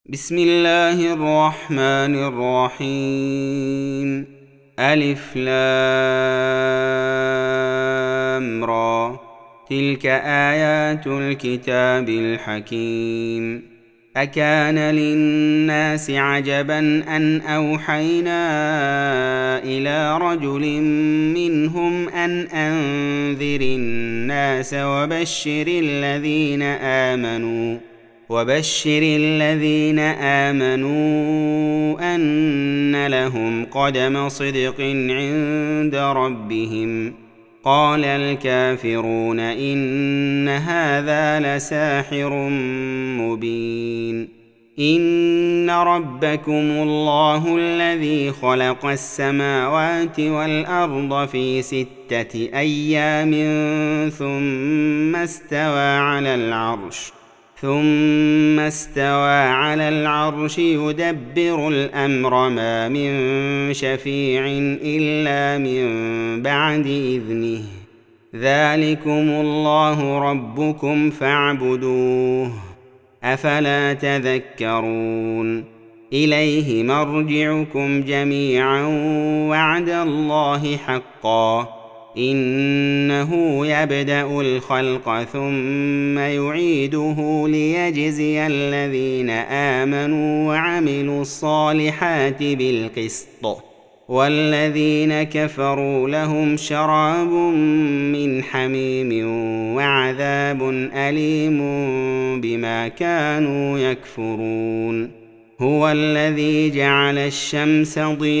بسم الله الرحمن الرحيم. ألف لام را. تلك آيات الكتاب الحكيم. أكان للناس عجبا أن أوحينا إلى رجل منهم أن أنذر الناس وبشر الذين آمنوا أن لهم قدم صدق عند ربهم. قال الكافرون إن هذا لساحر مبين. إن ربكم الله الذي خلق السماوات والأرض في 6 أيام ثم استوى على العرش يدبر الأمر ما من شفيع إلا من بعد إذنه. ذلكم الله ربكم فاعبدوه أفلا تذكرون. إليه مرجعكم جميعا وعد الله حقا. إنه يبدأ الخلق ثم يعيده ليجزي الذين آمنوا وعملوا الصالحات بالقسط، والذين كفروا لهم شراب من حميم وعذاب أليم بما كانوا يكفرون. هو الذي جعل الشمس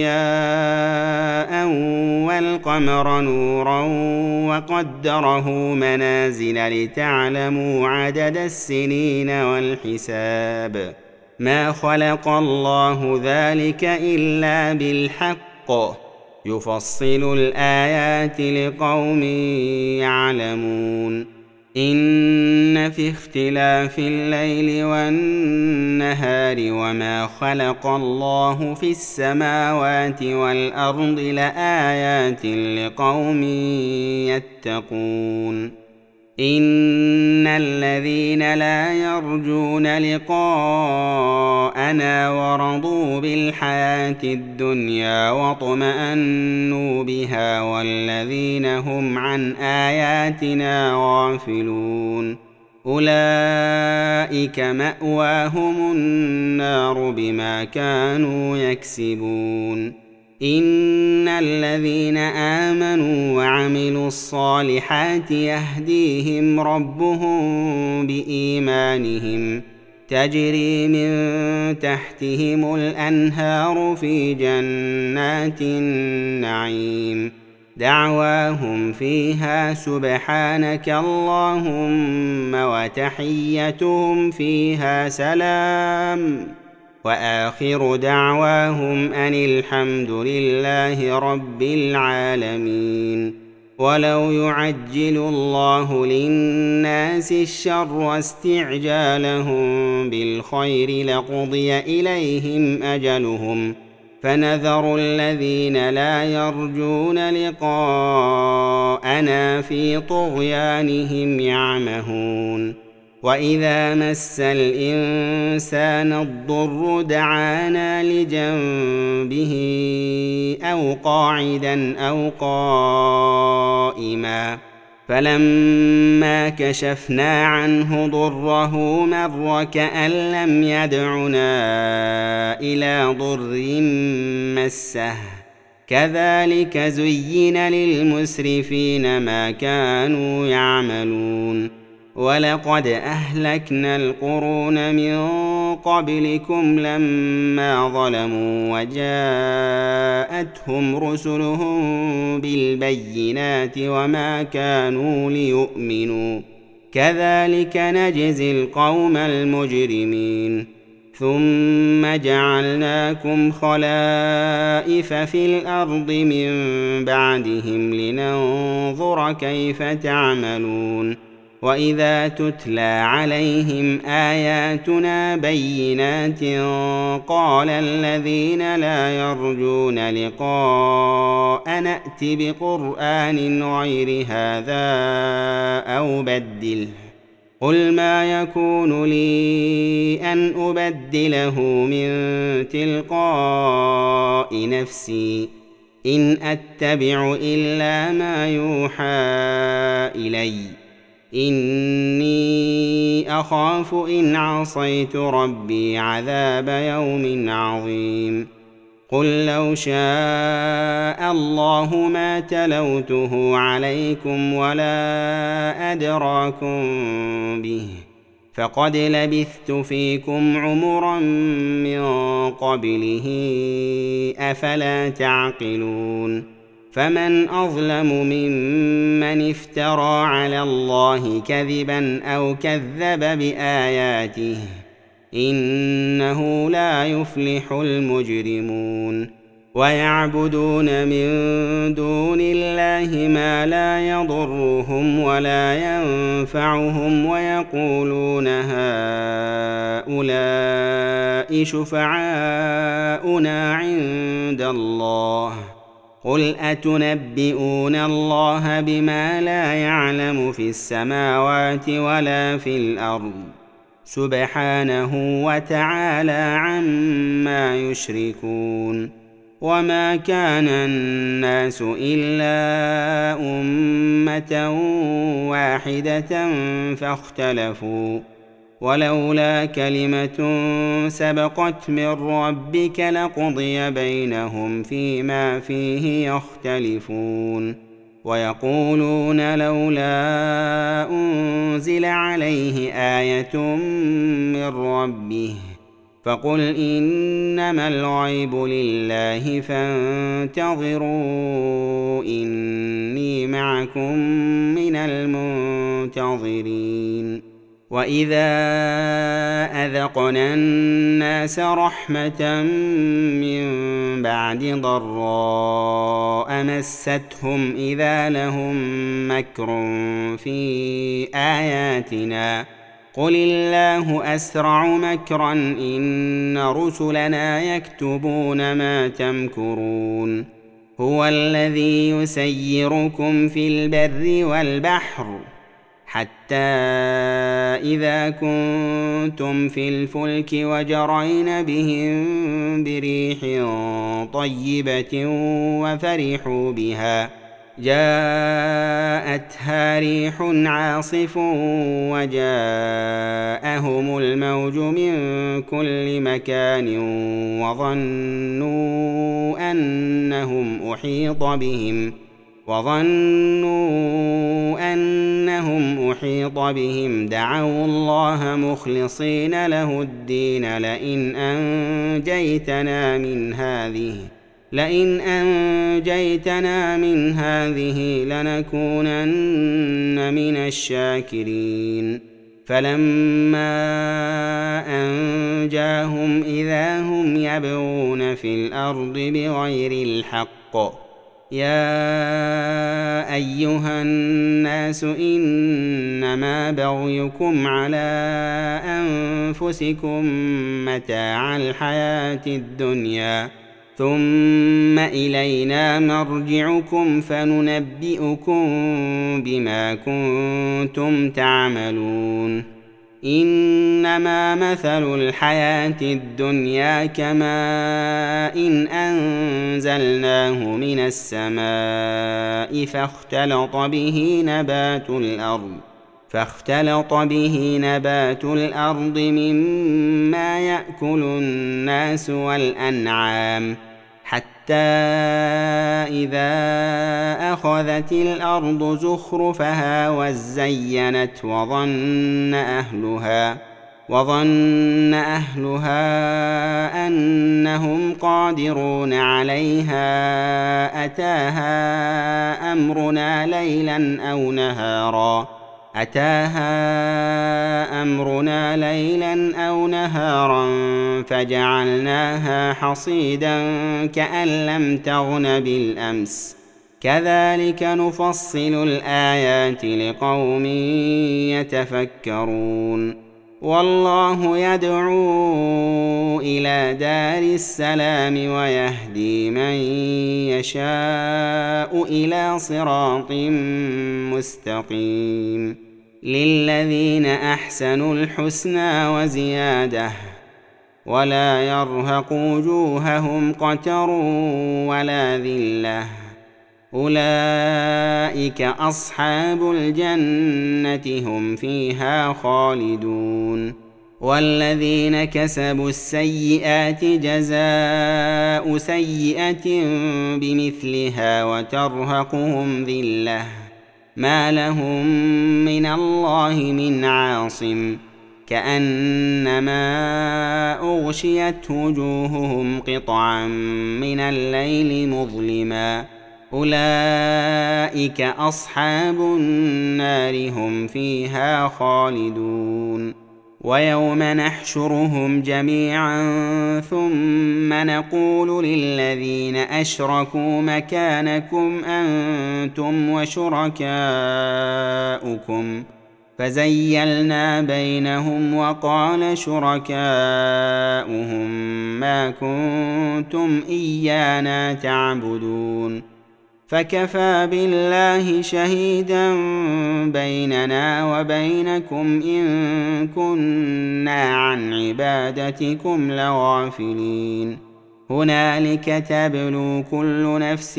ضياء والقمر نورا وقدره منازل لتعلموا عدد السنين والحساب. ما خلق الله ذلك إلا بالحق، يفصل الآيات لقوم يعلمون. إن في اختلاف الليل والنهار وما خلق الله في السماوات والأرض لآيات لقوم يتقون. إن الذين لا يرجون لقاءنا ورضوا بالحياة الدنيا واطمأنوا بها والذين هم عن آياتنا غافلون أولئك مأواهم النار بما كانوا يكسبون. إن الذين آمنوا وعملوا الصالحات يهديهم ربهم بإيمانهم تجري من تحتهم الأنهار في جنات النعيم. دعواهم فيها سبحانك اللهم وتحيتهم فيها سلام، وآخر دعواهم أن الحمد لله رب العالمين. ولو يعجل الله للناس الشر استعجالهم بالخير لقضي إليهم أجلهم، فنذر الذين لا يرجون لقاءنا في طغيانهم يعمهون. وإذا مس الإنسان الضر دعانا لجنبه أو قاعدا أو قائما، فلما كشفنا عنه ضره مر كأن لم يدعنا إلى ضر مسه. كذلك زين للمسرفين ما كانوا يعملون. ولقد أهلكنا القرون من قبلكم لما ظلموا وجاءتهم رسلهم بالبينات وما كانوا ليؤمنوا. كذلك نجزي القوم المجرمين. ثم جعلناكم خلائف في الأرض من بعدهم لننظر كيف تعملون. وإذا تتلى عليهم آياتنا بينات قال الذين لا يرجون لقاء نأت بقرآن غير هذا أو بدله قل ما يكون لي أن أبدله من تلقاء نفسي إن أتبع إلا ما يوحى إلي إني أخاف إن عصيت ربي عذاب يوم عظيم قل لو شاء الله ما تلوته عليكم ولا أدراكم به فقد لبثت فيكم عمرا من قبله أفلا تعقلون فمن أظلم ممن افترى على الله كذبا أو كذب بآياته إنه لا يفلح المجرمون ويعبدون من دون الله ما لا يضرهم ولا ينفعهم ويقولون هؤلاء شفعاؤنا عند الله قل أتنبئون الله بما لا يعلم في السماوات ولا في الأرض سبحانه وتعالى عما يشركون وما كان الناس إلا أمة واحدة فاختلفوا ولولا كلمة سبقت من ربك لقضي بينهم فيما فيه يختلفون ويقولون لولا أنزل عليه آية من ربه فقل إنما الغيب لله فانتظروا إني معكم من المنتظرين وإذا أذقنا الناس رحمة من بعد ضراء مستهم إذا لهم مكر في آياتنا قل الله أسرع مكرا إن رسلنا يكتبون ما تمكرون هو الذي يسيركم في البر والبحر حتى إذا كنتم في الفلك وجرين بهم بريح طيبة وفرحوا بها جاءتها ريح عاصف وجاءهم الموج من كل مكان وظنوا أنهم أحيط بهم دعوا الله مخلصين له الدين لئن أنجيتنا من هذه لنكونن من الشاكرين فلما أنجاهم إذا هم يبغون في الأرض بغير الحق يا أيها الناس إنما بغيكم على أنفسكم متاع الحياة الدنيا ثم إلينا مرجعكم فننبئكم بما كنتم تعملون إنما مثل الحياة الدنيا كماء إن أنزلناه من السماء فاختلط به نبات الأرض مما يأكل الناس والأنعام حتى إذا أخذت الأرض زخرفها وزينت وظن أهلها أنهم قادرون عليها أتاها أمرنا ليلا أو نهارا فجعلناها حصيدا كأن لم تغن بالأمس كذلك نفصل الآيات لقوم يتفكرون والله يدعو إلى دار السلام ويهدي من يشاء إلى صراط مستقيم للذين أحسنوا الحسنى وزيادة ولا يرهق وجوههم قتر ولا ذلة أولئك أصحاب الجنة هم فيها خالدون والذين كسبوا السيئات جزاء سيئة بمثلها وترهقهم ذلة ما لهم من الله من عاصم كأنما أغشيت وجوههم قطعا من الليل مظلما أولئك أصحاب النار هم فيها خالدون ويوم نحشرهم جميعا ثم نقول للذين أشركوا مكانكم أنتم وشركاؤكم فزيلنا بينهم وقال شركاؤهم ما كنتم إيانا تعبدون فكفى بالله شهيدا بيننا وبينكم إن كنا عن عبادتكم لغافلين هنالك تبلو كل نفس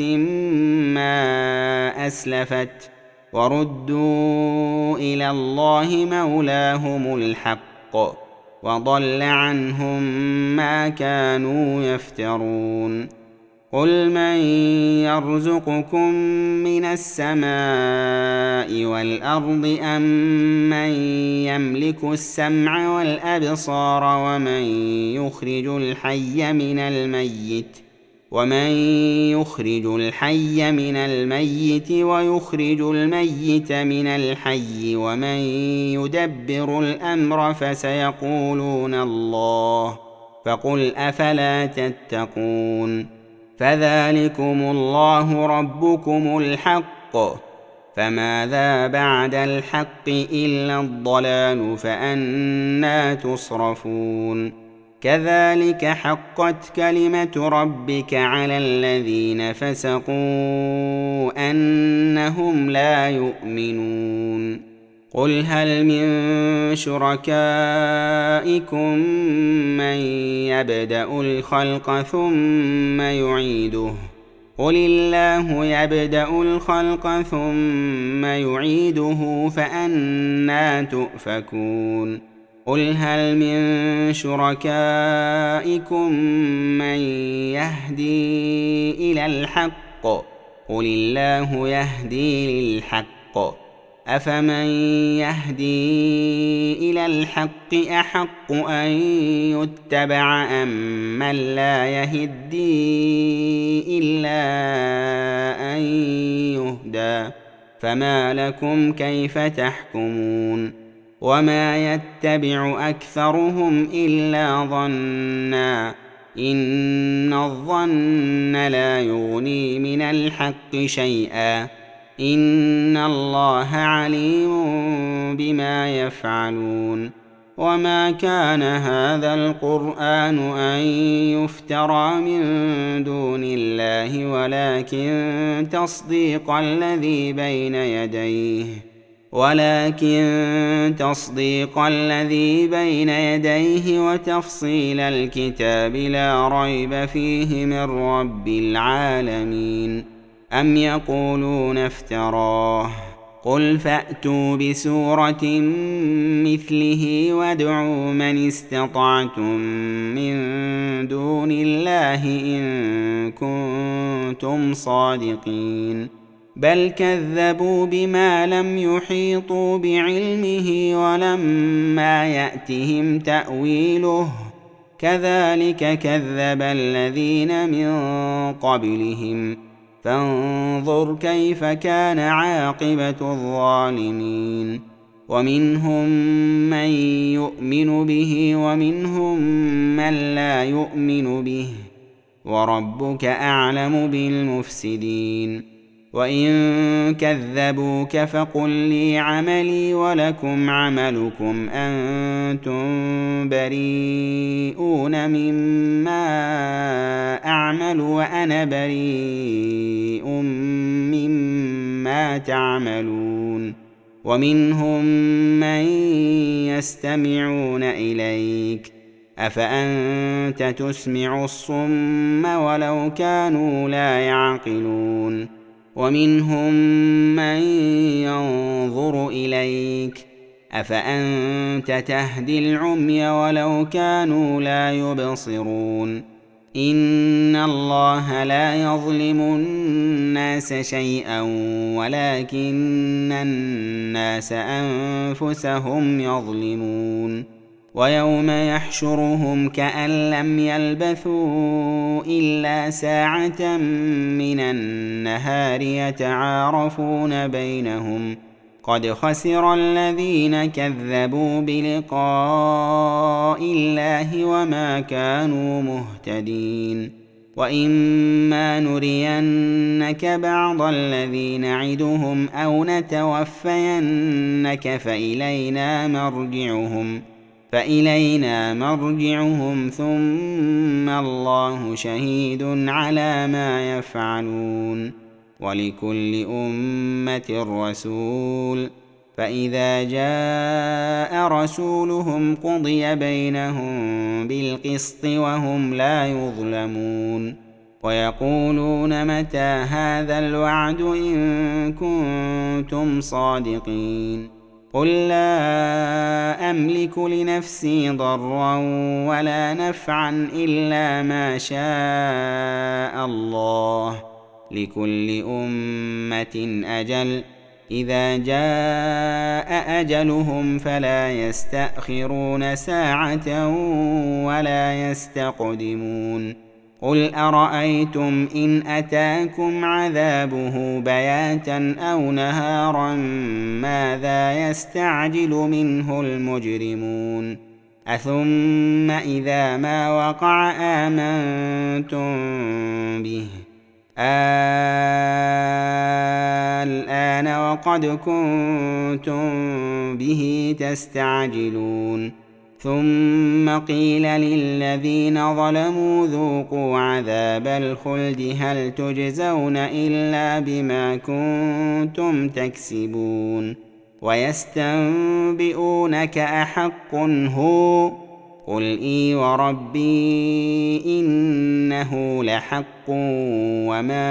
ما أسلفت وردوا إلى الله مولاهم الحق وضل عنهم ما كانوا يفترون قل من يرزقكم من السماء والأرض أم من يملك السمع والأبصار ومن يخرج الحي من الميت ويخرج الميت من الحي ومن يدبر الأمر فسيقولون الله فقل أفلا تتقون فذلكم الله ربكم الحق فماذا بعد الحق إلا الضلال فأنى تصرفون كذلك حقت كلمة ربك على الذين فسقوا أنهم لا يؤمنون قل هل من شركائكم من يبدأ الخلق ثم يعيده قل الله يبدأ الخلق ثم يعيده فأنى تؤفكون قل هل من شركائكم من يهدي إلى الحق قل الله يهدي للحق أفمن يهدي إلى الحق أحق أن يتبع أم من لا يهدي إلا أن يهدى فما لكم كيف تحكمون وما يتبع أكثرهم إلا ظنا إن الظن لا يغني من الحق شيئا إن الله عليم بما يفعلون وما كان هذا القرآن أن يفترى من دون الله ولكن تصديق الذي بين يديه وتفصيل الكتاب لا ريب فيه من رب العالمين أم يقولون افتراه قل فأتوا بسورة مثله وادعوا من استطعتم من دون الله إن كنتم صادقين بل كذبوا بما لم يحيطوا بعلمه ولما يأتهم تأويله كذلك كذب الذين من قبلهم فانظر كيف كان عاقبة الظالمين ومنهم من يؤمن به ومنهم من لا يؤمن به وربك أعلم بالمفسدين وإن كذبوك فقل لي عملي ولكم عملكم أنتم بريئون مما أعمل وأنا بريء مما تعملون ومنهم من يستمعون إليك أفأنت تسمع الصم ولو كانوا لا يعقلون ومنهم من ينظر إليك أفأنت تهدي العمي ولو كانوا لا يبصرون إن الله لا يظلم الناس شيئا ولكن الناس أنفسهم يظلمون ويوم يحشرهم كأن لم يلبثوا إلا ساعة من النهار يتعارفون بينهم قد خسر الذين كذبوا بلقاء الله وما كانوا مهتدين وإما نرينك بعض الذي نعدهم أو نتوفينك فإلينا مرجعهم ثم الله شهيد على ما يفعلون ولكل أمة رسول فإذا جاء رسولهم قضي بينهم بالقسط وهم لا يظلمون ويقولون متى هذا الوعد إن كنتم صادقين قل لا أملك لنفسي ضرا ولا نفعا إلا ما شاء الله لكل أمة أجل إذا جاء أجلهم فلا يستأخرون ساعة ولا يستقدمون قل أرأيتم إن أتاكم عذابه بياتا أو نهارا ماذا يستعجل منه المجرمون أثم إذا ما وقع آمنتم به الآن وقد كنتم به تستعجلون ثم قيل للذين ظلموا ذوقوا عذاب الخلد هل تجزون إلا بما كنتم تكسبون ويستنبئونك أحق هو قل إي وربي إنه لحق وما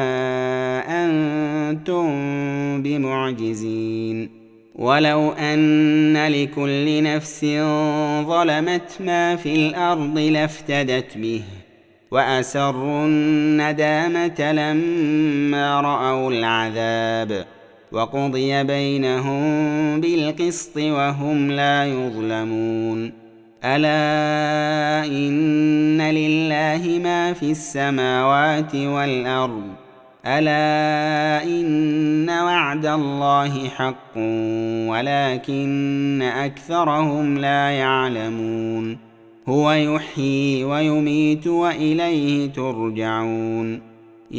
أنتم بمعجزين ولو أن لكل نفس ظلمت ما في الأرض لافتدت به وأسروا الندامة لما رأوا العذاب وقضي بينهم بالقسط وهم لا يظلمون ألا إن لله ما في السماوات والأرض ألا إن وعد الله حق ولكن أكثرهم لا يعلمون هو يحيي ويميت وإليه ترجعون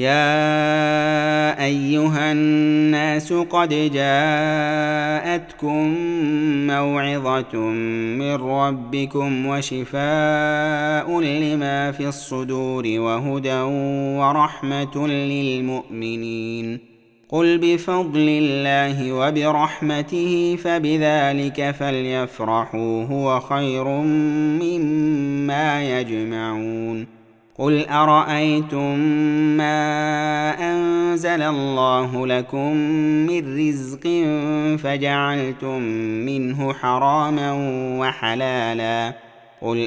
يا أيها الناس قد جاءتكم موعظة من ربكم وشفاء لما في الصدور وهدى ورحمة للمؤمنين قل بفضل الله وبرحمته فبذلك فليفرحوا هو خير مما يجمعون قل أرأيتم ما أنزل الله لكم من رزق فجعلتم منه حراما وحلالا قل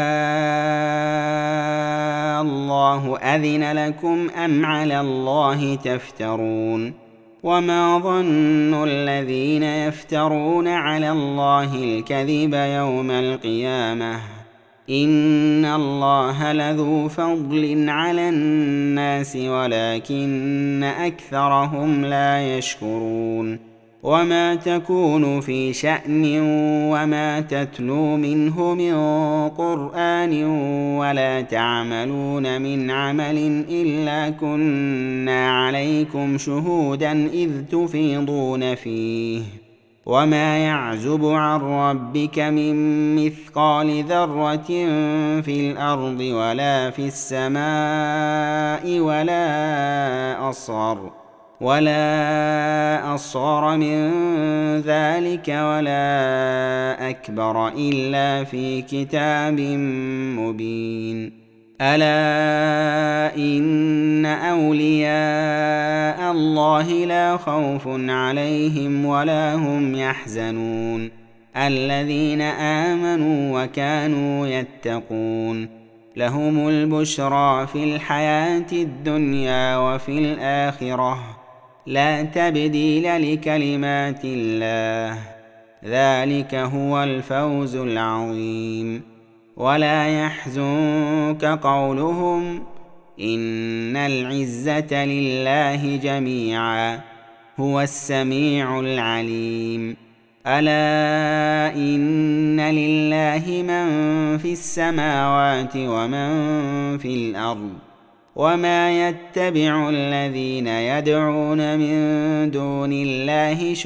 الله أذن لكم أم على الله تفترون وما ظن الذين يفترون على الله الكذب يوم القيامة إن الله لذو فضل على الناس ولكن أكثرهم لا يشكرون وما تكون في شأن وما تتلو منه من قرآن ولا تعملون من عمل إلا كنا عليكم شهودا إذ تفيضون فيه وما يعزب عن ربك من مثقال ذرة في الأرض ولا في السماء ولا ولا أصغر من ذلك ولا أكبر إلا في كتاب مبين. ألا إن أولياء الله لا خوف عليهم ولا هم يحزنون الذين آمنوا وكانوا يتقون لهم البشرى في الحياة الدنيا وفي الآخرة لا تبديل لكلمات الله ذلك هو الفوز العظيم. ولا يحزنك قولهم إن العزة لله جميعا هو السميع العليم. ألا إن لله من في السماوات ومن في الأرض وما يتبع الذين يدعون من دون الله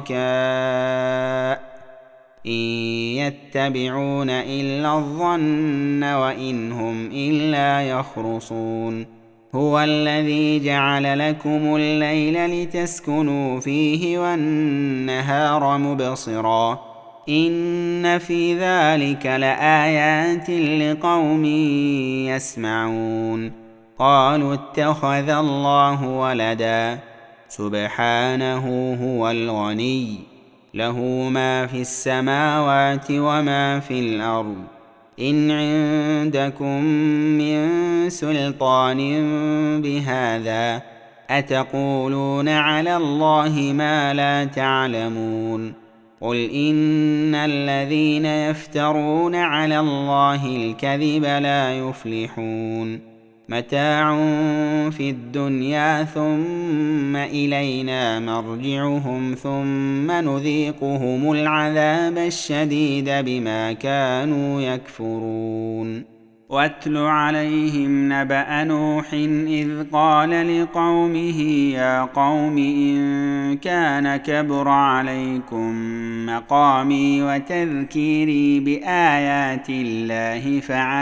شركاء إن يتبعون إلا الظن وإن هم إلا يخرصون. هو الذي جعل لكم الليل لتسكنوا فيه والنهار مبصرا إن في ذلك لآيات لقوم يسمعون. قالوا اتخذ الله ولدا سبحانه هو الغني له ما في السماوات وما في الأرض إن عندكم من سلطان بهذا أتقولون على الله ما لا تعلمون. قل إن الذين يفترون على الله الكذب لا يفلحون. متاع في الدنيا ثم إلينا مرجعهم ثم نذيقهم العذاب الشديد بما كانوا يكفرون. واتل عليهم نبأ نوح إذ قال لقومه يا قوم إن كان كبر عليكم مقامي وتذكيري بآيات الله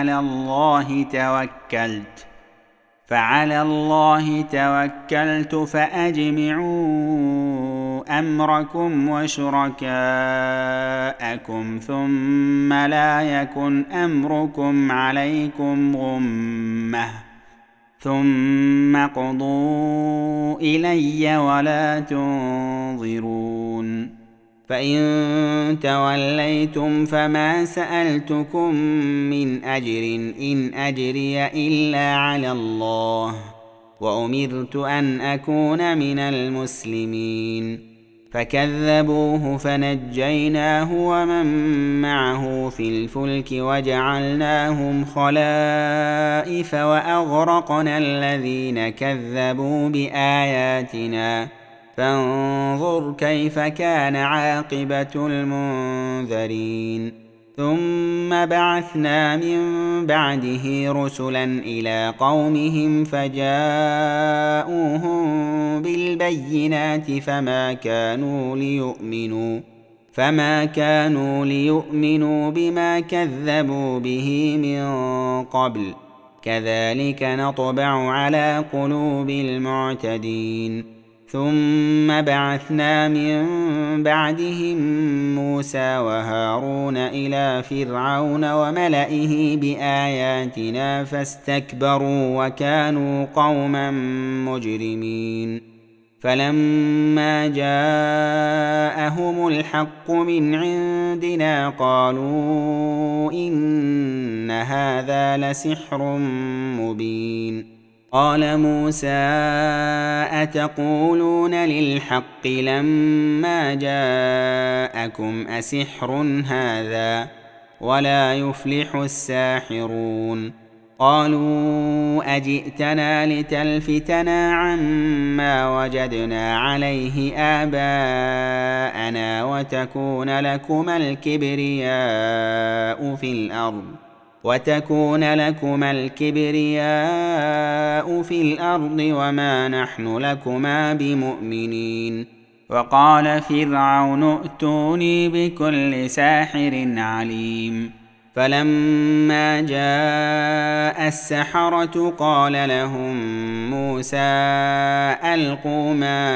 فعلى الله توكلت فأجمعوا أمركم وشركاءكم ثم لا يكن أمركم عليكم غمة ثم اقضوا إلي ولا تنظرون. فإن توليتم فما سألتكم من أجر إن أجري إلا على الله وأمرت أن أكون من المسلمين. فكذبوه فنجيناه ومن معه في الفلك وجعلناهم خلائف وأغرقنا الذين كذبوا بآياتنا فانظر كيف كان عاقبة المنذرين. ثم بعثنا من بعده رسلا إلى قومهم فجاءوهم بالبينات فما كانوا ليؤمنوا بما كذبوا به من قبل كذلك نطبع على قلوب المعتدين. ثم بعثنا من بعدهم موسى وهارون إلى فرعون وملئه بآياتنا فاستكبروا وكانوا قوما مجرمين. فلما جاءهم الحق من عندنا قالوا إن هذا لسحر مبين. قال موسى أتقولون للحق لما جاءكم أسحر هذا ولا يفلح الساحرون. قالوا أجئتنا لتلفتنا عما وجدنا عليه آباءنا وتكون لكما الكبرياء في الأرض وما نحن لكما بمؤمنين. وقال فرعون ائتوني بكل ساحر عليم. فلما جاء السحرة قال لهم موسى ألقوا ما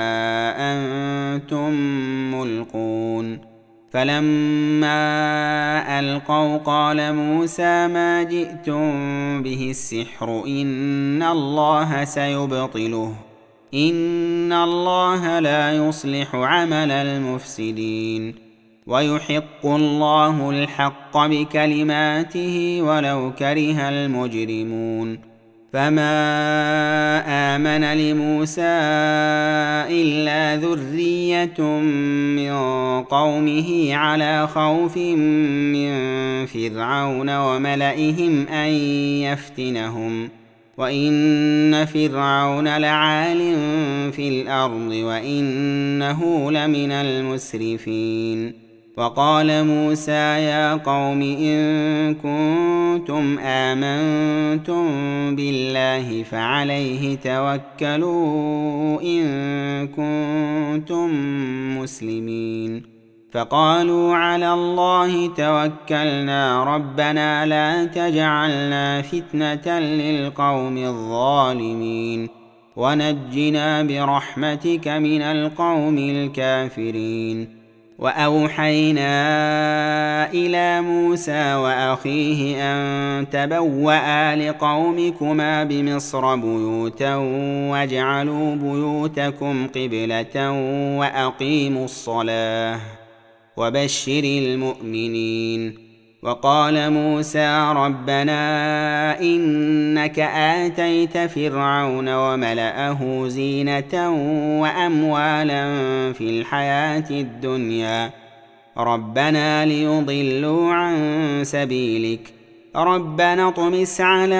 أنتم ملقون فلما ألقوا قال موسى ما جئتم به السحر إن الله سيبطله إن الله لا يصلح عمل المفسدين ويحق الله الحق بكلماته ولو كره المجرمون فما آمن لموسى إلا ذرية من قومه على خوف من فرعون وملئهم أن يفتنهم وإن فرعون لعال في الأرض وإنه لمن المسرفين وقال موسى يا قوم إن كنتم آمنتم بالله فعليه توكلوا إن كنتم مسلمين فقالوا على الله توكلنا ربنا لا تجعلنا فتنة للقوم الظالمين ونجنا برحمتك من القوم الكافرين وأوحينا إلى موسى وأخيه أن تبوأ لقومكما بمصر بيوتا واجعلوا بيوتكم قبلة وأقيموا الصلاة وبشر المؤمنين وقال موسى ربنا إنك آتيت فرعون وملأه زينة وأموالا في الحياة الدنيا ربنا ليضلوا عن سبيلك ربنا اطمس على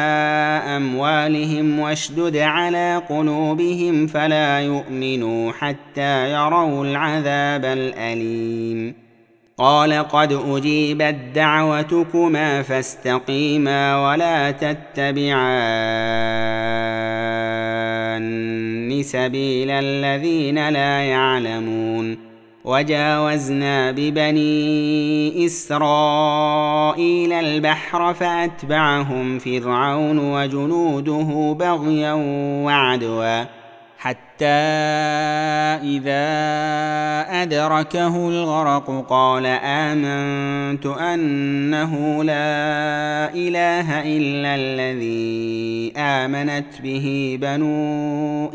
أموالهم واشدد على قلوبهم فلا يؤمنوا حتى يروا العذاب الأليم قال قد أجيبت دعوتكما فاستقيما ولا تتبعان سبيل الذين لا يعلمون وجاوزنا ببني إسرائيل البحر فأتبعهم فرعون وجنوده بغيا وعدوا حتى إذا أدركه الغرق قال آمنت أنه لا إله إلا الذي آمنت به بنو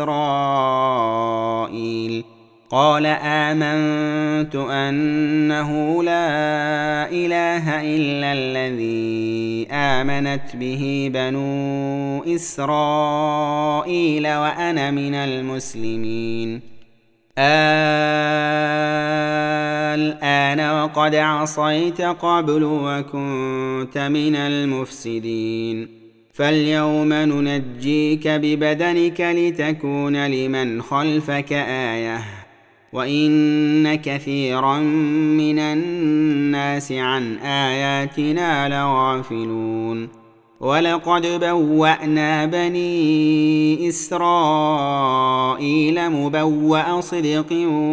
إسرائيل قال آمنت أنه لا إله إلا الذي آمنت به بنو إسرائيل وأنا من المسلمين الآن وقد عصيت قبل وكنت من المفسدين فاليوم ننجيك ببدنك لتكون لمن خلفك آية وإن كثيرا من الناس عن آياتنا لغافلون ولقد بوأنا بني إسرائيل مبوأ صدق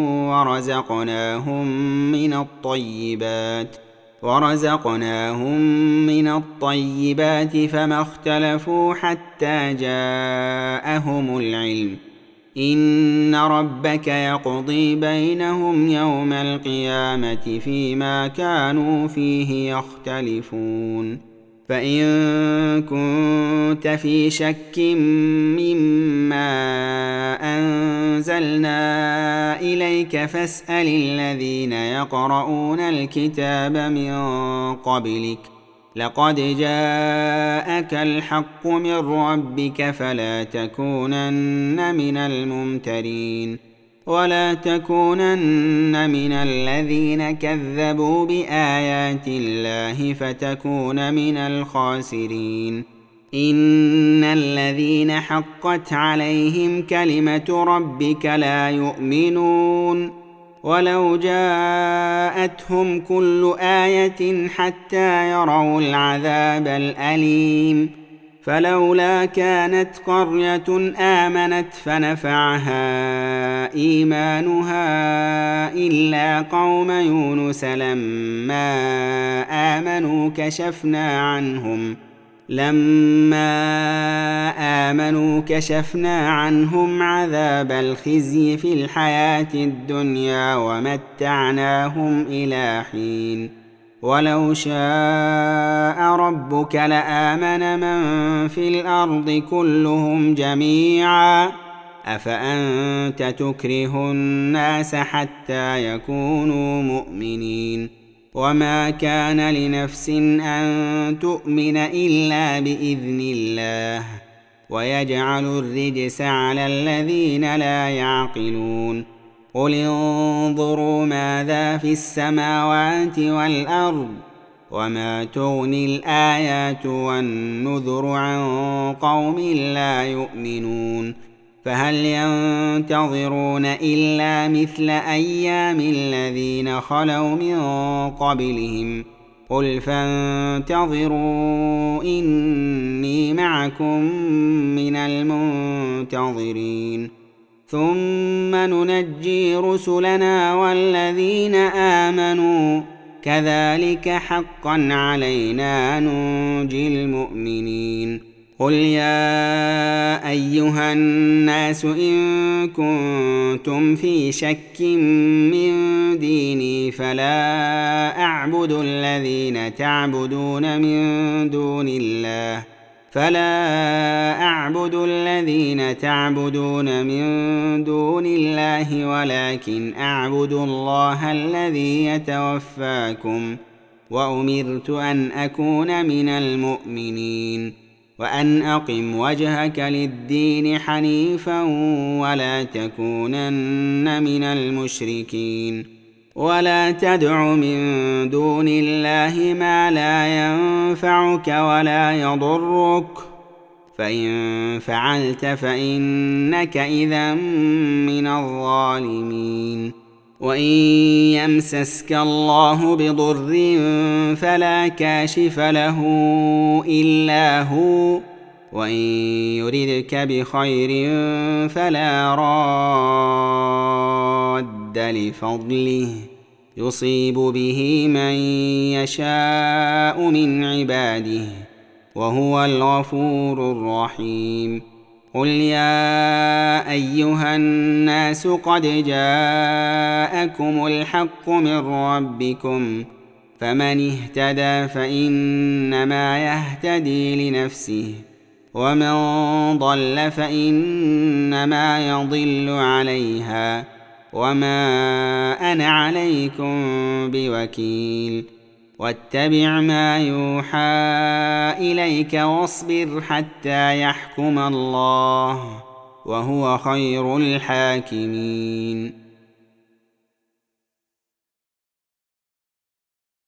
ورزقناهم من الطيبات فما اختلفوا حتى جاءهم العلم إن ربك يقضي بينهم يوم القيامة فيما كانوا فيه يختلفون فإن كنت في شك مما أنزلنا إليك فاسأل الذين يقرؤون الكتاب من قبلك لقد جاءك الحق من ربك فلا تكونن من الممترين ولا تكونن من الذين كذبوا بآيات الله فتكون من الخاسرين إن الذين حقت عليهم كلمة ربك لا يؤمنون ولو جاءتهم كل آية حتى يروا العذاب الأليم فلولا كانت قرية آمنت فنفعها إيمانها إلا قوم يونس لما آمنوا كشفنا عنهم عذاب الخزي في الحياة الدنيا ومتعناهم إلى حين ولو شاء ربك لآمن من في الأرض كلهم جميعا أفأنت تكره الناس حتى يكونوا مؤمنين وما كان لنفس أن تؤمن إلا بإذن الله ويجعل الرجس على الذين لا يعقلون قل انظروا ماذا في السماوات والأرض وما تغني الآيات والنذر عن قوم لا يؤمنون فهل ينتظرون إلا مثل أيام الذين خلوا من قبلهم قل فانتظروا إني معكم من المنتظرين ثم ننجي رسلنا والذين آمنوا كذلك حقا علينا ننجي المؤمنين قل يا أيها الناس إن كنتم في شك من ديني فلا أعبد الذين تعبدون من دون الله ولكن أعبد الله الذي يتوفاكم وأمرت أن أكون من المؤمنين وأن أقم وجهك للدين حنيفا ولا تكونن من المشركين ولا تدع من دون الله ما لا ينفعك ولا يضرك فإن فعلت فإنك إذا من الظالمين وإن يمسسك الله بضر فلا كاشف له إلا هو وإن يردك بخير فلا راد لفضله يصيب به من يشاء من عباده وهو الغفور الرحيم قل يا أيها الناس قد جاءكم الحق من ربكم فمن اهتدى فإنما يهتدي لنفسه ومن ضل فإنما يضل عليها وما أنا عليكم بوكيل واتبع ما يوحى إليك واصبر حتى يحكم الله وهو خير الحاكمين